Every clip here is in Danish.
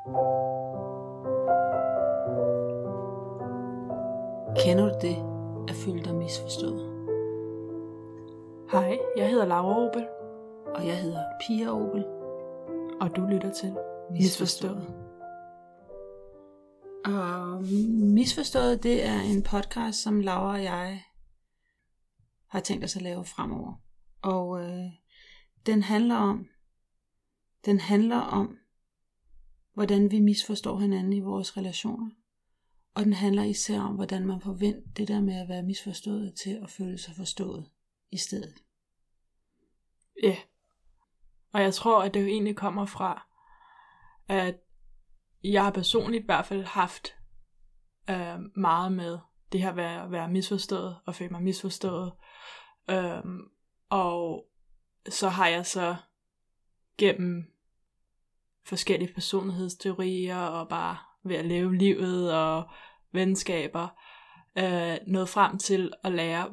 Kender du det at føle dig misforstået? Hej, jeg hedder Laura Obel. Og jeg hedder Pia Obel. Og du lytter til Misforstået. Og Misforstået, det er en podcast, som Laura og jeg har tænkt os at lave fremover. Og den handler om, hvordan vi misforstår hinanden i vores relationer. Og den handler især om, hvordan man får vendt det der med at være misforstået til at føle sig forstået i stedet. Ja, og jeg tror, at det jo egentlig kommer fra, at jeg har personligt i hvert fald haft meget med det her med at være misforstået og føle mig misforstået. Og så har jeg så gennem forskellige personlighedsteorier og bare ved at leve livet og venskaber nået frem til at lære,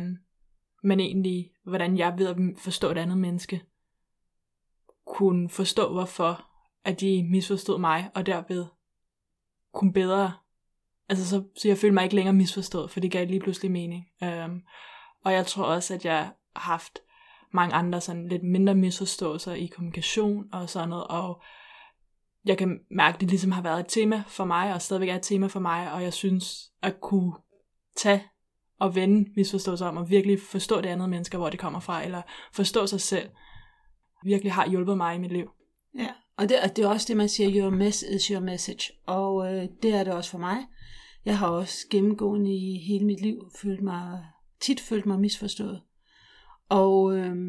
hvordan jeg ved at forstå et andet menneske kunne forstå, hvorfor at de misforstod mig, og derved kunne bedre, altså så jeg følte mig ikke længere misforstået, for det gav lige pludselig mening. Og jeg tror også, at jeg har haft mange andre sådan lidt mindre misforståelser i kommunikation og sådan noget, og jeg kan mærke, at det ligesom har været et tema for mig, og stadigvæk er et tema for mig, og jeg synes at kunne tage og vende misforståelser om, og virkelig forstå det andet mennesker, hvor det kommer fra, eller forstå sig selv, virkelig har hjulpet mig i mit liv. Ja, og det er også det, man siger, your mess is your message, og det er det også for mig. Jeg har også gennemgående i hele mit liv tit følt mig misforstået. Og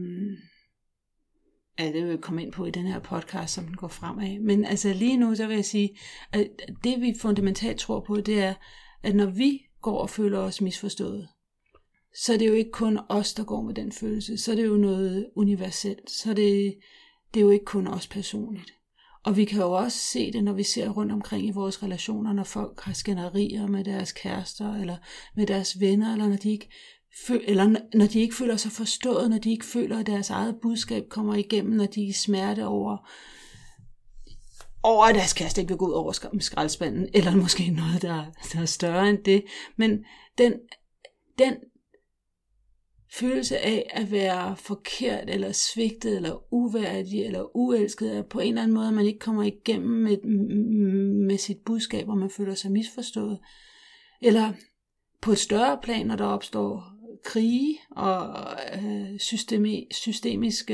det vil jeg komme ind på i den her podcast, som den går fremad. Men altså lige nu, så vil jeg sige, at det vi fundamentalt tror på, det er, at når vi går og føler os misforstået, så er det jo ikke kun os, der går med den følelse. Så er det jo noget universelt. Så er det er jo ikke kun os personligt. Og vi kan jo også se det, når vi ser rundt omkring i vores relationer, når folk har skænderier med deres kærester, eller med deres venner, eller når de ikke føler sig forstået, når de ikke føler, at deres eget budskab kommer igennem, når de er i smerte over at deres kæreste ikke vil gå ud over skraldespanden, eller måske noget, der er større end det. Men den følelse af at være forkert, eller svigtet, eller uværdig, eller uelsket, er på en eller anden måde, at man ikke kommer igennem med sit budskab, og man føler sig misforstået. Eller på et større plan, når der opstår krige og systemisk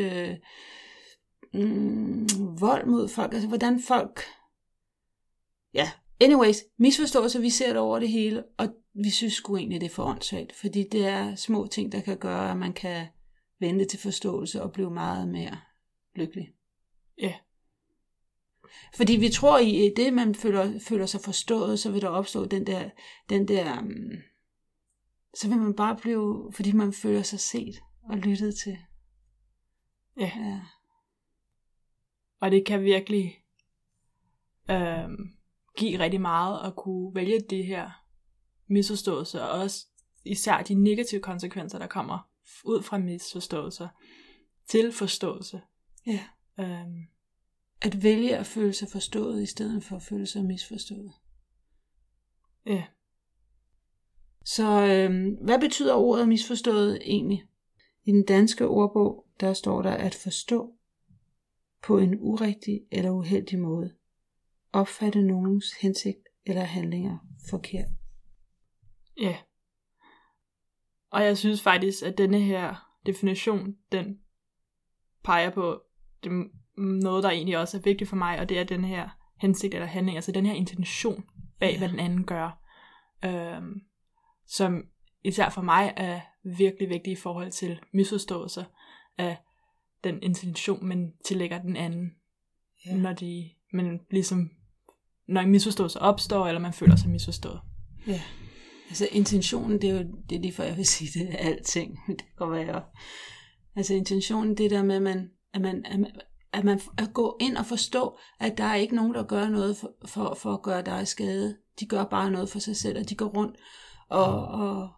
vold mod folk. Altså hvordan folk, misforståelser, vi ser det over det hele, og vi synes sgu egentlig, det er for åndssvagt, fordi det er små ting, der kan gøre, at man kan vende til forståelse og blive meget mere lykkelig. Ja. Fordi vi tror i det, man føler sig forstået, så vil der opstå den der så vil man bare blive, fordi man føler sig set og lyttet til. Ja. Og det kan virkelig give rigtig meget at kunne vælge de her misforståelser, og også især de negative konsekvenser, der kommer ud fra misforståelser til forståelse. Ja. At vælge at føle sig forstået, i stedet for at føle sig misforstået. Ja. Så hvad betyder ordet misforstået egentlig? I den danske ordbog, der står der at forstå på en urigtig eller uheldig måde. Opfatte nogens hensigt eller handlinger forkert. Ja. Og jeg synes faktisk, at denne her definition, den peger på noget, der egentlig også er vigtigt for mig, og det er den her hensigt eller handling, altså den her intention bag, hvad den anden gør. Som især for mig er virkelig vigtig i forhold til misforståelser af den intention, man tillægger den anden, når en misforståelse opstår, eller man føler sig misforstået. Ja, altså intentionen, det er lige før jeg vil sige, det er alting, det kan godt være. Altså intentionen, det der med, at man at gå ind og forstå, at der er ikke nogen, der gør noget for at gøre dig skade. De gør bare noget for sig selv, og de går rundt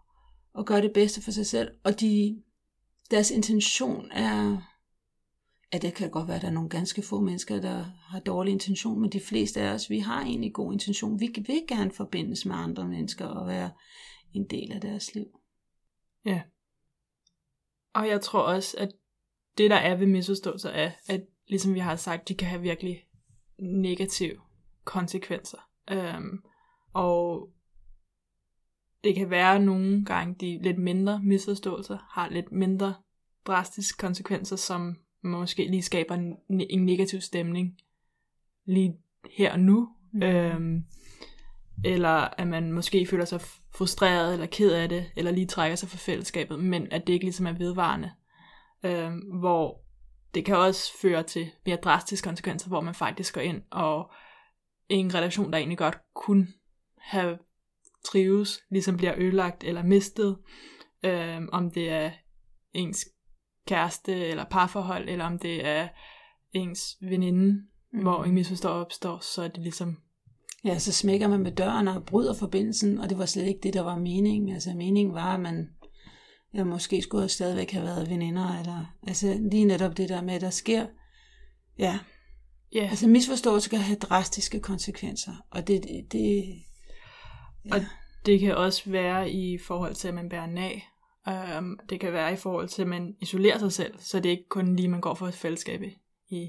og gør det bedste for sig selv, og deres intention at det kan godt være, at der er nogle ganske få mennesker, der har dårlig intention, men de fleste af os, vi har egentlig god intention. Vi vil gerne forbindes med andre mennesker og være en del af deres liv. Ja. Og jeg tror også, at det, der er ved misforståelser, er, at ligesom vi har sagt, de kan have virkelig negative konsekvenser. Og det kan være nogle gange, de lidt mindre misforståelser har lidt mindre drastiske konsekvenser, som måske lige skaber en negativ stemning lige her og nu. Eller at man måske føler sig frustreret eller ked af det, eller lige trækker sig fra fællesskabet, men at det ikke ligesom er vedvarende. Hvor det kan også føre til mere drastiske konsekvenser, hvor man faktisk går ind og en relation, der egentlig godt kunne have trives, ligesom bliver ødelagt eller mistet. Om det er ens kæreste eller parforhold, eller om det er ens veninde, hvor en misforståelse opstår, så er det ligesom... Ja, så smækker man med døren og bryder forbindelsen, og det var slet ikke det, der var meningen. Altså meningen var, at man måske skulle stadigvæk have været veninder, eller altså lige netop det der med, der sker. Ja. Yeah. Altså misforståelse kan have drastiske konsekvenser, og det ja. Og det kan også være i forhold til, at man bærer nag. Det kan være i forhold til, at man isolerer sig selv, så det er ikke kun lige, man går for et fællesskab i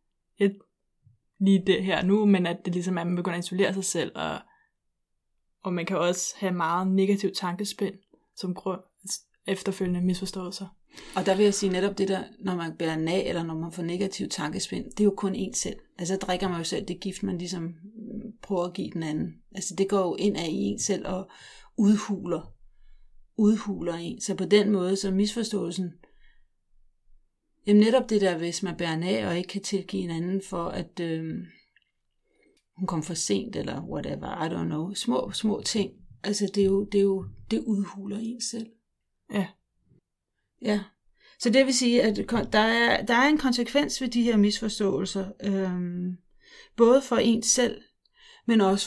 lige det her nu, men at det ligesom er, at man begynder at isolere sig selv, og man kan også have meget negativ tankespind som grund efterfølgende misforståelser. Og der vil jeg sige netop det der, når man bærer nag, eller når man får negativ tankespind, det er jo kun én selv. Altså drikker man jo selv det gift, man ligesom prøver at give den anden. Altså det går jo ind af i en selv og udhuler en. Så på den måde, så misforståelsen, jamen netop det der, hvis man bærer nag og ikke kan tilgive en anden for, at hun kom for sent, eller whatever, I don't know, små ting. Altså det udhuler en selv. Ja. Ja. Så det vil sige, at der er en konsekvens ved de her misforståelser, både for ens selv, men også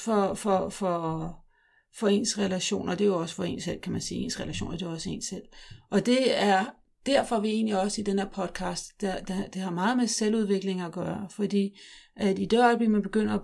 for ens relationer. Det er jo også for ens selv, kan man sige. Ens relationer, det er også ens selv. Og det er derfor, vi egentlig også i den her podcast, det har meget med selvudvikling at gøre, fordi at i det øjeblik, man begynder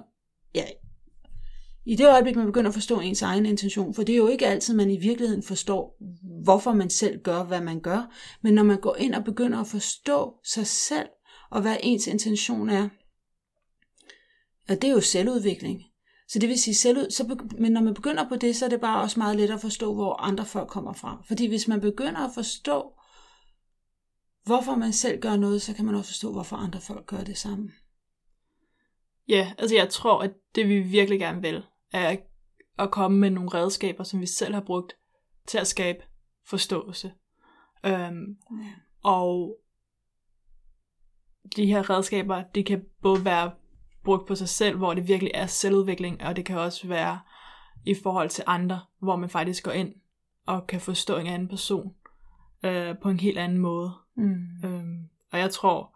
at forstå ens egen intention, for det er jo ikke altid, man i virkeligheden forstår, hvorfor man selv gør, hvad man gør, men når man går ind og begynder at forstå sig selv, og hvad ens intention er, og det er jo selvudvikling. Så det vil sige, men når man begynder på det, så er det bare også meget let at forstå, hvor andre folk kommer fra. Fordi hvis man begynder at forstå, hvorfor man selv gør noget, så kan man også forstå, hvorfor andre folk gør det samme. Ja, altså jeg tror, at det vi virkelig gerne vil, er at komme med nogle redskaber, som vi selv har brugt til at skabe forståelse. Og de her redskaber, de kan både være brugt på sig selv, hvor det virkelig er selvudvikling, og det kan også være i forhold til andre, hvor man faktisk går ind og kan forstå en anden person på en helt anden måde. Og jeg tror,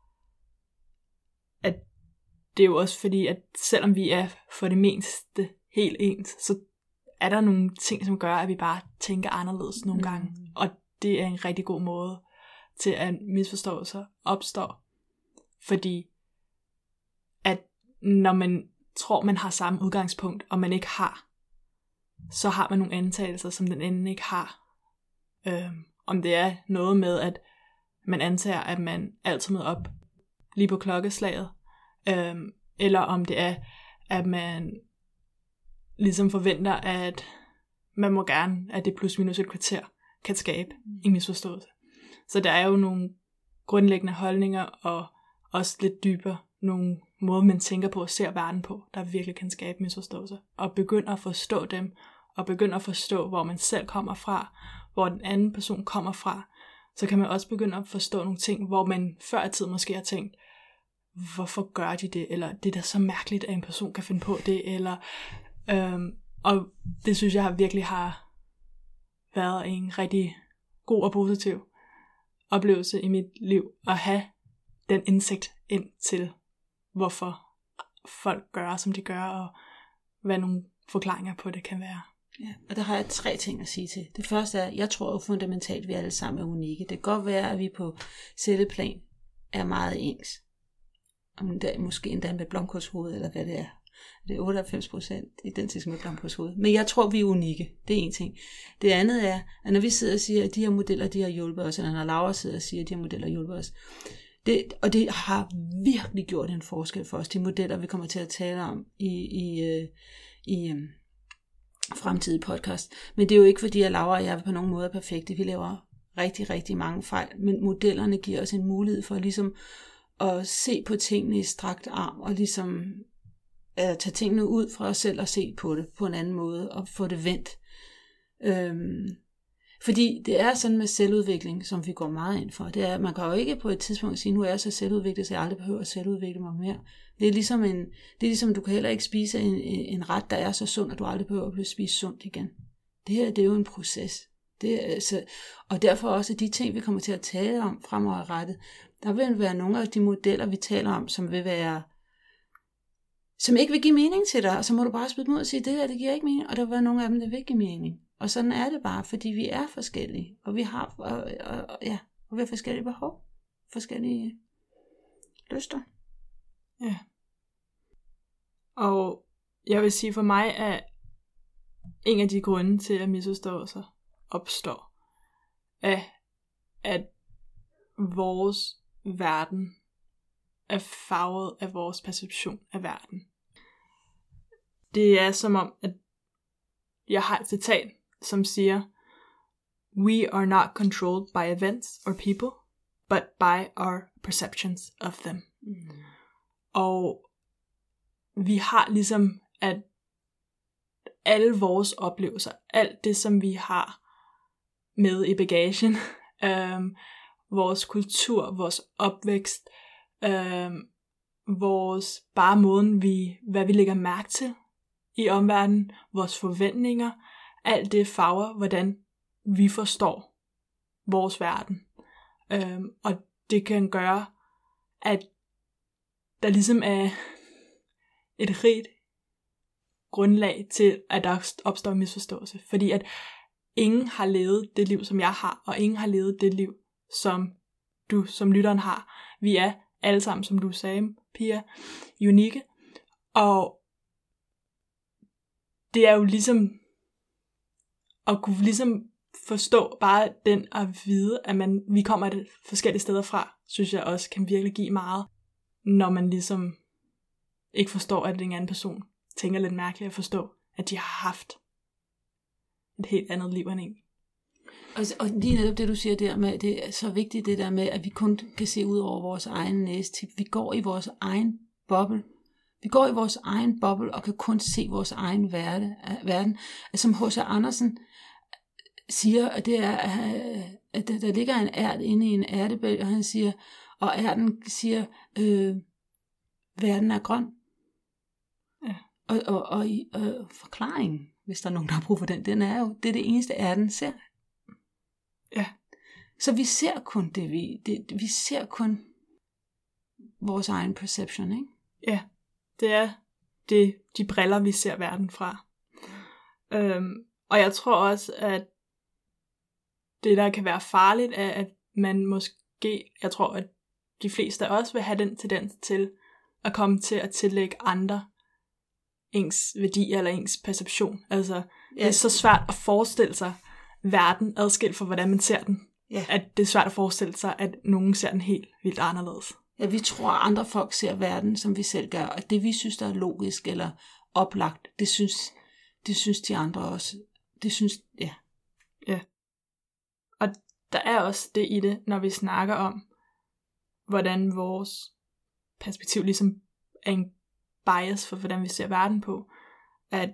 at det er jo også fordi, at selvom vi er for det meste helt ens, så er der nogle ting, som gør, at vi bare tænker anderledes nogle gange. Og det er en rigtig god måde til, at misforståelser opstår. Fordi at når man tror, man har samme udgangspunkt, og man ikke har, så har man nogle antagelser, som den anden ikke har. Om det er noget med, at man antager, at man altid møder op lige på klokkeslaget, eller om det er, at man ligesom forventer, at man må gerne, at det plus minus et kvarter kan skabe en misforståelse. Så der er jo nogle grundlæggende holdninger, og også lidt dybere nogle måder, man tænker på og ser verden på, der virkelig kan skabe misforståelser. Og begynde at forstå dem, og begynde at forstå, hvor man selv kommer fra, hvor den anden person kommer fra, så kan man også begynde at forstå nogle ting, hvor man før i tiden måske har tænkt, hvorfor gør de det, eller det er da så mærkeligt, at en person kan finde på det, eller og det synes jeg virkelig har været en rigtig god og positiv oplevelse i mit liv, at have den indsigt ind til, hvorfor folk gør, som de gør, og hvad nogle forklaringer på det kan være. Ja, og der har jeg 3 ting at sige til. Det første er, jeg tror jo fundamentalt, at vi alle sammen er unikke. Det kan godt være, at vi på sætteplan er meget ens. Om det er måske endda med blomkålshoved, eller hvad det er. Det er 98% identisk med blomkålshoved. Men jeg tror, vi er unikke. Det er en ting. Det andet er, at når vi sidder og siger, at de her modeller, de har hjulpet os, eller når Laura sidder og siger, at de her modeller har hjulpet os, og det har virkelig gjort en forskel for os. De modeller, vi kommer til at tale om i fremtidige podcast. Men det er jo ikke fordi, at Laura og jeg på nogen måde er perfekte. Vi laver rigtig, rigtig mange fejl. Men modellerne giver os en mulighed for ligesom at se på tingene i strakt arm, og ligesom at tage tingene ud fra os selv og se på det på en anden måde, og få det vendt. Fordi det er sådan med selvudvikling, som vi går meget ind for. Det er, man kan jo ikke på et tidspunkt sige, nu er jeg så selvudviklet, så jeg aldrig behøver at selvudvikle mig mere. Det er ligesom du kan heller ikke spise en ret, der er så sund, at du aldrig behøver at spise sundt igen. Det her, det er jo en proces. Og derfor også de ting, vi kommer til at tale om fremadrettet, der vil være nogle af de modeller, vi taler om, som ikke vil give mening til dig, og så må du bare spytte dem ud og sige, det her, det giver ikke mening, og der vil være nogle af dem, der vil give mening. Og sådan er det bare, fordi vi er forskellige, og vi har, og vi har forskellige behov, forskellige lyster. Ja. Og jeg vil sige, for mig er en af de grunde til, at misforståelser opstår, at vores verden er farvet af vores perception af verden. Det er som om, at jeg har et citat, som siger, "We are not controlled by events or people, but by our perceptions of them." Mm. Og vi har ligesom, at alle vores oplevelser, alt det, som vi har med i bagagen, vores kultur, vores opvækst, vores bare måden, hvad vi lægger mærke til i omverdenen, vores forventninger, alt det farver, hvordan vi forstår vores verden. Og det kan gøre, at der ligesom er et rigt grundlag til, at der opstår misforståelse. Fordi at ingen har levet det liv, som jeg har, og ingen har levet det liv, som du som lytteren har. Vi er alle sammen, som du sagde, Pia, unikke. Og det er jo ligesom at kunne ligesom forstå bare den at vide, at vi kommer et forskellige steder fra, synes jeg også kan virkelig give meget, når man ligesom ikke forstår, at en anden person tænker lidt mærkeligt at forstå, at de har haft et helt andet liv end en. Og lige netop det, du siger der med, det er så vigtigt det der med, at vi kun kan se ud over vores egen næsetip. Vi går i vores egen boble. Vi går i vores egen boble og kan kun se vores egen verden. Som H.C. Andersen siger, at det er, at der ligger en ært inde i en ærtebælge, og han siger, og ærten siger, verden er grøn. Ja. Og forklaringen, hvis der er nogen, der har brug for den er jo, det er det eneste ærten ser. Ja. Så vi ser kun vi ser kun vores egen perception, ikke? Ja, det er de briller, vi ser verden fra. Og jeg tror også, at det, der kan være farligt, er, at man måske, jeg tror, at de fleste også vil have den tendens til at komme til at tillægge andre ens værdi eller ens perception. Altså, det er så svært at forestille sig verden adskilt fra, hvordan man ser den. Ja. At det er svært at forestille sig, at nogen ser den helt vildt anderledes. Ja, vi tror, at andre folk ser verden, som vi selv gør, og det vi synes, der er logisk eller oplagt, det synes de andre også. Det synes, ja. Ja. Og der er også det i det, når vi snakker om, hvordan vores perspektiv ligesom er en bias for, hvordan vi ser verden på, at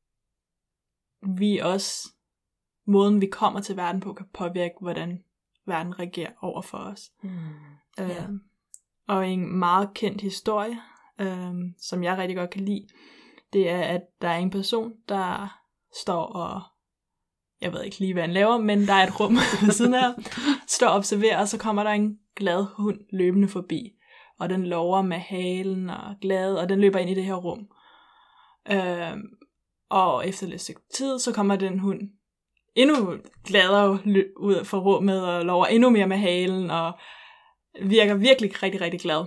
vi også, måden vi kommer til verden på, kan påvirke, hvordan verden reagerer over for os. Og en meget kendt historie, som jeg rigtig godt kan lide, det er, at der er en person, der står og, jeg ved ikke lige, hvad han laver, men der er et rum ved siden af, står og observerer, og så kommer der en glad hund løbende forbi, og den lover med halen og glad, og den løber ind i det her rum. Og efter lidt stykke tid, så kommer den hund endnu gladere ud fra rummet, og lover endnu mere med halen, og virker virkelig rigtig, rigtig glad.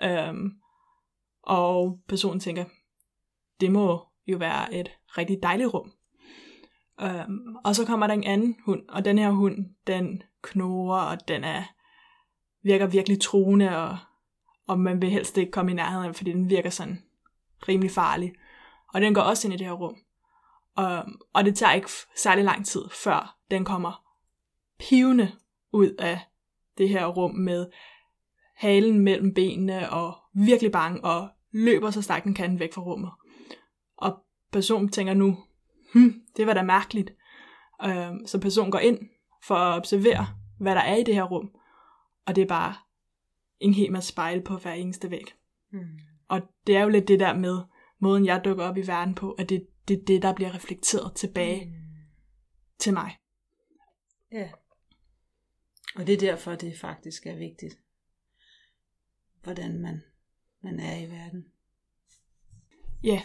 Og personen tænker, det må jo være et rigtig dejligt rum. Og så kommer der en anden hund, og den her hund, den knurrer, og den virker virkelig truende, og man vil helst ikke komme i nærheden af den, fordi den virker sådan rimelig farlig. Og den går også ind i det her rum. Og det tager ikke særlig lang tid, før den kommer pivende ud af det her rum med halen mellem benene og virkelig bange og løber så stærkt den kan væk fra rummet. Og personen tænker nu, det var da mærkeligt. Så personen går ind for at observere, hvad der er i det her rum. Og det er bare en hel masse spejle på hver eneste væg. Og det er jo lidt det der med måden, jeg dukker op i verden på, at det er det, der bliver reflekteret tilbage til mig. Ja. Og det er derfor, det faktisk er vigtigt, hvordan man er i verden. Ja,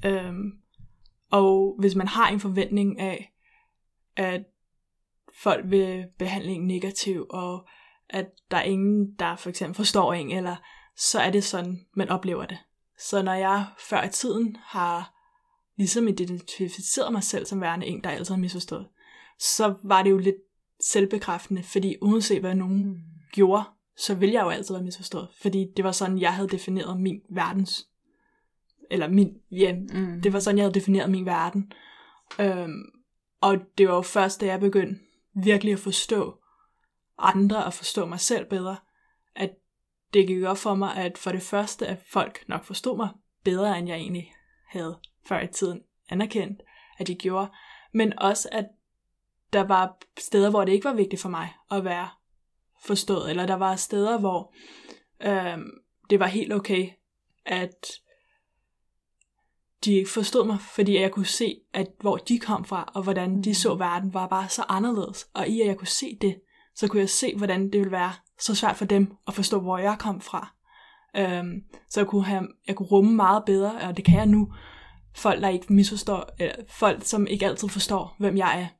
og hvis man har en forventning af, at folk vil behandle en negativ, og at der er ingen, der for eksempel forstår en, eller så er det sådan, man oplever det. Så når jeg før i tiden har ligesom identificeret mig selv som værende en, der altid har misforstået, så var det jo lidt selvbekræftende, fordi uanset hvad nogen gjorde, så ville jeg jo altid være misforstået, fordi det var sådan, jeg havde defineret min verdens, eller det var sådan, jeg havde defineret min verden. Og det var jo først, da jeg begyndte virkelig at forstå andre og forstå mig selv bedre, at det gik op for mig, at for det første, at folk nok forstod mig bedre, end jeg egentlig havde før i tiden anerkendt, at de gjorde, men også, at der var steder, hvor det ikke var vigtigt for mig at være forstået, eller der var steder, hvor det var helt okay, at de ikke forstod mig, fordi jeg kunne se, at hvor de kom fra, og hvordan de så verden, var bare så anderledes. Og i at jeg kunne se det, så kunne jeg se, hvordan det ville være så svært for dem at forstå, hvor jeg kom fra. Så jeg kunne rumme meget bedre, og det kan jeg nu, folk, der ikke misforstår, eller folk, som ikke altid forstår, hvem jeg er.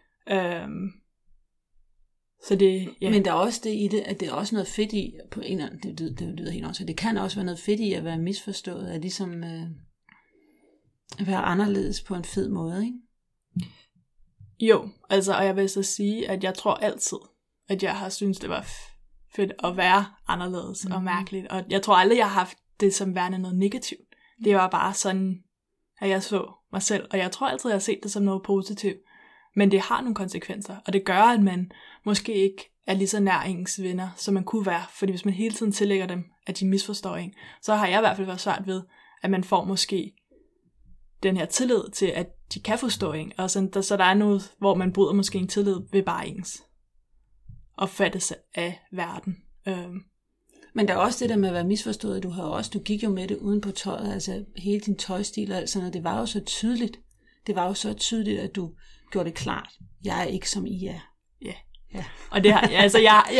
Så det, ja. Men der er også det i det, at det er også noget fedt i, på en eller anden, det lyder helt åndssvagt, det kan også være noget fedt i at være misforstået, at ligesom at være anderledes på en fed måde, ikke? Jo, altså, og jeg vil så sige, at jeg tror altid, at jeg har syntes, det var fedt at være anderledes og mærkeligt, og jeg tror aldrig, jeg har haft det som værende noget negativt. Det var bare sådan, at jeg så mig selv, og jeg tror altid, jeg har set det som noget positivt. Men det har nogle konsekvenser, og det gør, at man måske ikke er lige så nær ens venner, som man kunne være. Fordi hvis man hele tiden tillægger dem, at de misforstår en, så har jeg i hvert fald været svært ved, at man får måske den her tillid til, at de kan forstå en. Og så der er noget, hvor man bryder måske en tillid ved bare ens opfattelse af verden. Men der er også det der med at være misforstået. Du gik jo med det uden på tøjet, altså hele din tøjstil og alt sådan noget. Det var jo så tydeligt. Det var jo så tydeligt, at du gjorde det klart. Jeg er ikke som I er. Ja. Og det har, altså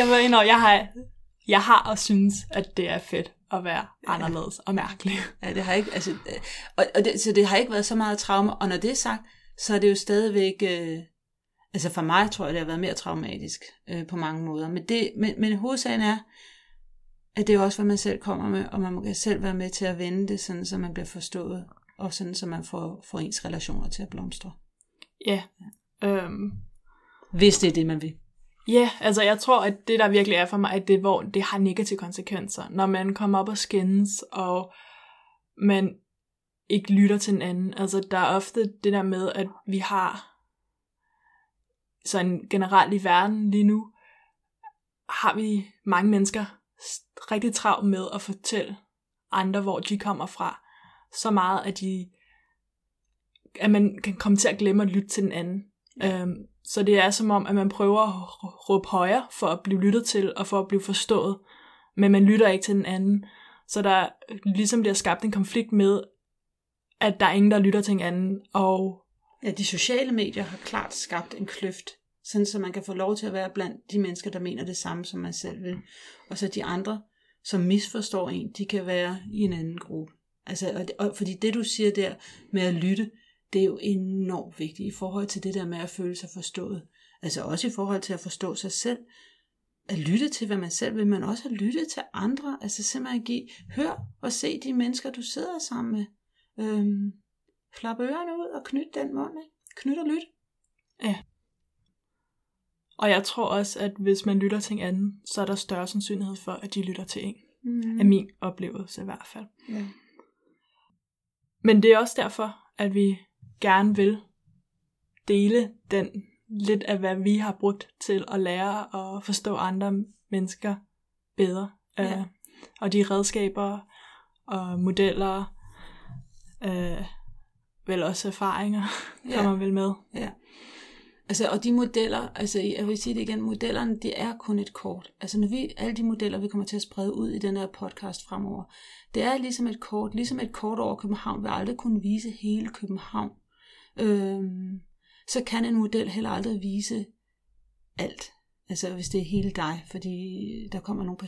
jeg har også synes, at det er fedt at være anderledes og mærkelig. Ja, det har ikke, altså, så det har ikke været så meget traume. Og når det er sagt, så er det jo stadigvæk, altså for mig tror jeg, det har været mere traumatisk på mange måder. Men hovedsagen er, at det er også, hvad man selv kommer med, og man må selv være med til at vende det, sådan så man bliver forstået, og sådan så man får ens relationer til at blomstre. Ja. Hvis det er det, man vil. Ja, altså jeg tror, at det der virkelig er for mig, at det hvor det har negative konsekvenser, når man kommer op og skændes, og man ikke lytter til den anden. Altså der er ofte det der med, at vi har sådan generelt i verden lige nu, har vi mange mennesker rigtig travlt med at fortælle andre, hvor de kommer fra. Så meget, at man kan komme til at glemme at lytte til den anden. Så det er som om, at man prøver at råbe højere for at blive lyttet til og for at blive forstået, men man lytter ikke til den anden. Så der ligesom bliver skabt en konflikt med, at der er ingen, der lytter til en anden. Og ja, de sociale medier har klart skabt en kløft, sådan så man kan få lov til at være blandt de mennesker, der mener det samme, som man selv vil. Og så de andre, som misforstår en, de kan være i en anden gruppe. Altså, og fordi det, du siger der med at lytte, det er jo enormt vigtigt i forhold til det der med at føle sig forstået. Altså også i forhold til at forstå sig selv. at lytte til, hvad man selv vil, men også at lytte til andre. Altså simpelthen hør og se de mennesker, du sidder sammen med. Flap ørerne ud og knyt den mund, ikke? Knyt og lyt. Ja. Og jeg tror også, at hvis man lytter til en anden, så er der større sandsynlighed for, at de lytter til en. Af min oplevelse i hvert fald. Ja. Men det er også derfor, at vi gerne vil dele den lidt af, hvad vi har brugt til at lære og forstå andre mennesker bedre. Ja. Og de redskaber og modeller, vel også erfaringer, kommer vel med. Ja. Altså, og de modeller, altså jeg vil sige det igen, modellerne, det er kun et kort. Altså alle de modeller, vi kommer til at sprede ud i den her podcast fremover, det er ligesom et kort over København, vil aldrig kunne vise hele København. Så kan en model heller aldrig vise alt. Altså hvis det er hele dig, fordi der kommer nogle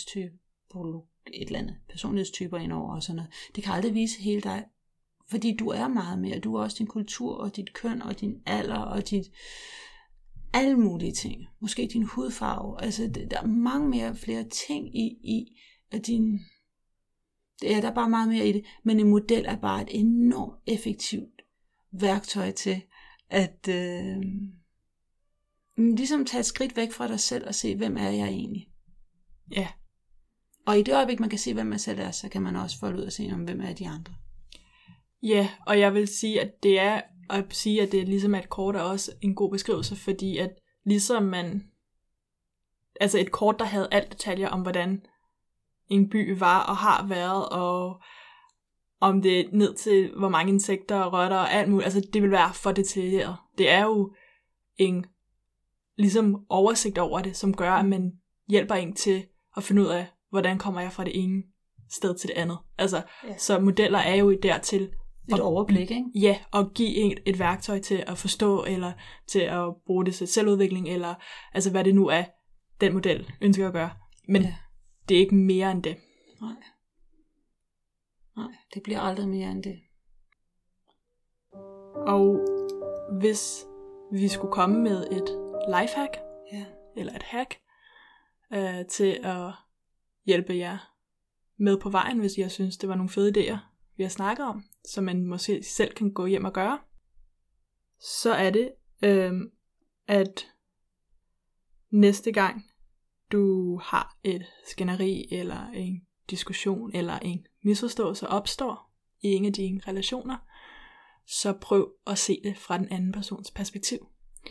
personlighedstyper ind over og sådan noget. Det kan aldrig vise hele dig, fordi du er meget mere. Du er også din kultur og dit køn og din alder og alle mulige ting. Måske din hudfarve. Altså der er mange flere ting i at der er bare meget mere i det. Men en model er bare et enormt effektivt værktøj til at ligesom tage et skridt væk fra dig selv og se, hvem er jeg egentlig. Ja. Og i det øjeblik, man kan se, hvem man selv er, så kan man også folde ud og se, hvem er de andre. Ja, og jeg vil sige, at det er ligesom et kort er også en god beskrivelse, fordi at ligesom altså et kort, der havde alt detaljer om, hvordan en by var og har været, og om det ned til, hvor mange insekter og rotter og alt muligt, altså det vil være for detaljeret. Det er jo en ligesom oversigt over det, som gør, at man hjælper en til at finde ud af, hvordan kommer jeg fra det ene sted til det andet. Altså, så modeller er jo dertil et overblik, ikke? Ja, og give et værktøj til at forstå, eller til at bruge det til selvudvikling, eller altså hvad det nu er, den model ønsker at gøre. Men det er ikke mere end det. Nej, det bliver aldrig mere end det. Og hvis vi skulle komme med et lifehack, eller et hack, til at hjælpe jer med på vejen, hvis jeg synes, det var nogle fede idéer, vi har snakket om, som man måske selv kan gå hjem og gøre, så er det, at næste gang du har et skænderi, eller en diskussion, eller en misforståelse opstår i en af dine relationer, så prøv at se det fra den anden persons perspektiv.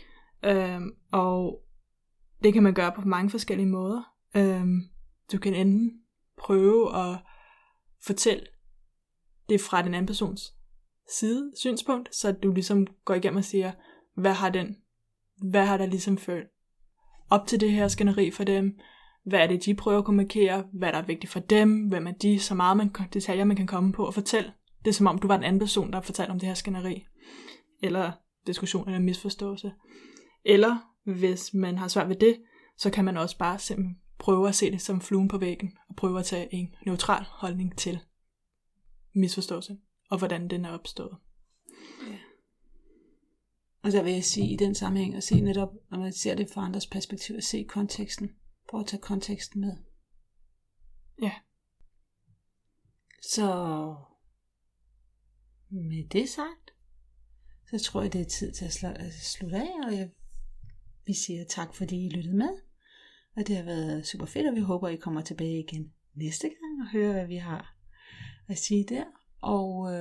Og det kan man gøre på mange forskellige måder. Du kan enten prøve at fortælle det fra den anden persons synspunkt, så du ligesom går igennem og siger, hvad har der ligesom følt op til det her skænderi for dem, hvad er det, de prøver at kommunikere, hvad der er vigtigt for dem, hvem er de, så meget detaljer man kan komme på og fortælle. Det er som om, du var den anden person, der fortalte om det her skænderi, eller diskussion eller misforståelse. Eller hvis man har svært ved det, så kan man også bare simpelthen prøve at se det som fluen på væggen, og prøve at tage en neutral holdning til misforståelse, og hvordan den er opstået. Ja. Og der vil jeg sige i den sammenhæng, at se netop, når man ser det fra andres perspektiv, at se konteksten. Prøv at tage konteksten med. Ja. Så med det sagt, så tror jeg, det er tid til at slutte af, og vi siger tak, fordi I lyttede med. Og det har været super fedt, og vi håber, I kommer tilbage igen næste gang og hører, hvad vi har at sige der. Og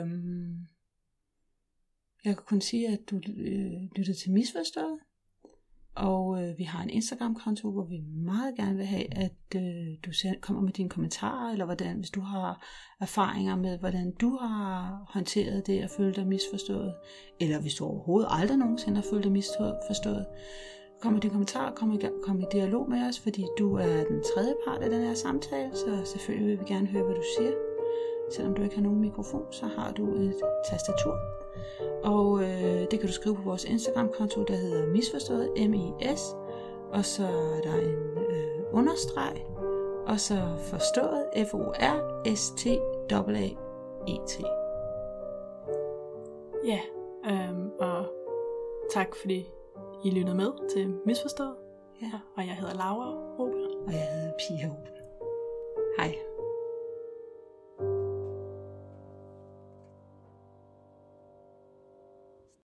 jeg kan kun sige, at du lyttede til Misforstået. Og vi har en Instagram-konto, hvor vi meget gerne vil have, at du kommer med dine kommentarer, eller hvis du har erfaringer med, hvordan du har håndteret det at føle dig misforstået, eller hvis du overhovedet aldrig nogensinde har følt dig misforstået. Kom med dine kommentarer, kom i dialog med os, fordi du er den tredje part af den her samtale, så selvfølgelig vil vi gerne høre, hvad du siger. Selvom du ikke har nogen mikrofon, så har du et tastatur. Og det kan du skrive på vores Instagram-konto, der hedder Misforstået, M-I-S, og så er der en understreg, og så forstået, F-O-R-S-T-A-A-E-T. Ja, og tak fordi I lyttede med til Misforstået. Ja. Og jeg hedder Laura Ruppe. Og jeg hedder Pia Ruppe.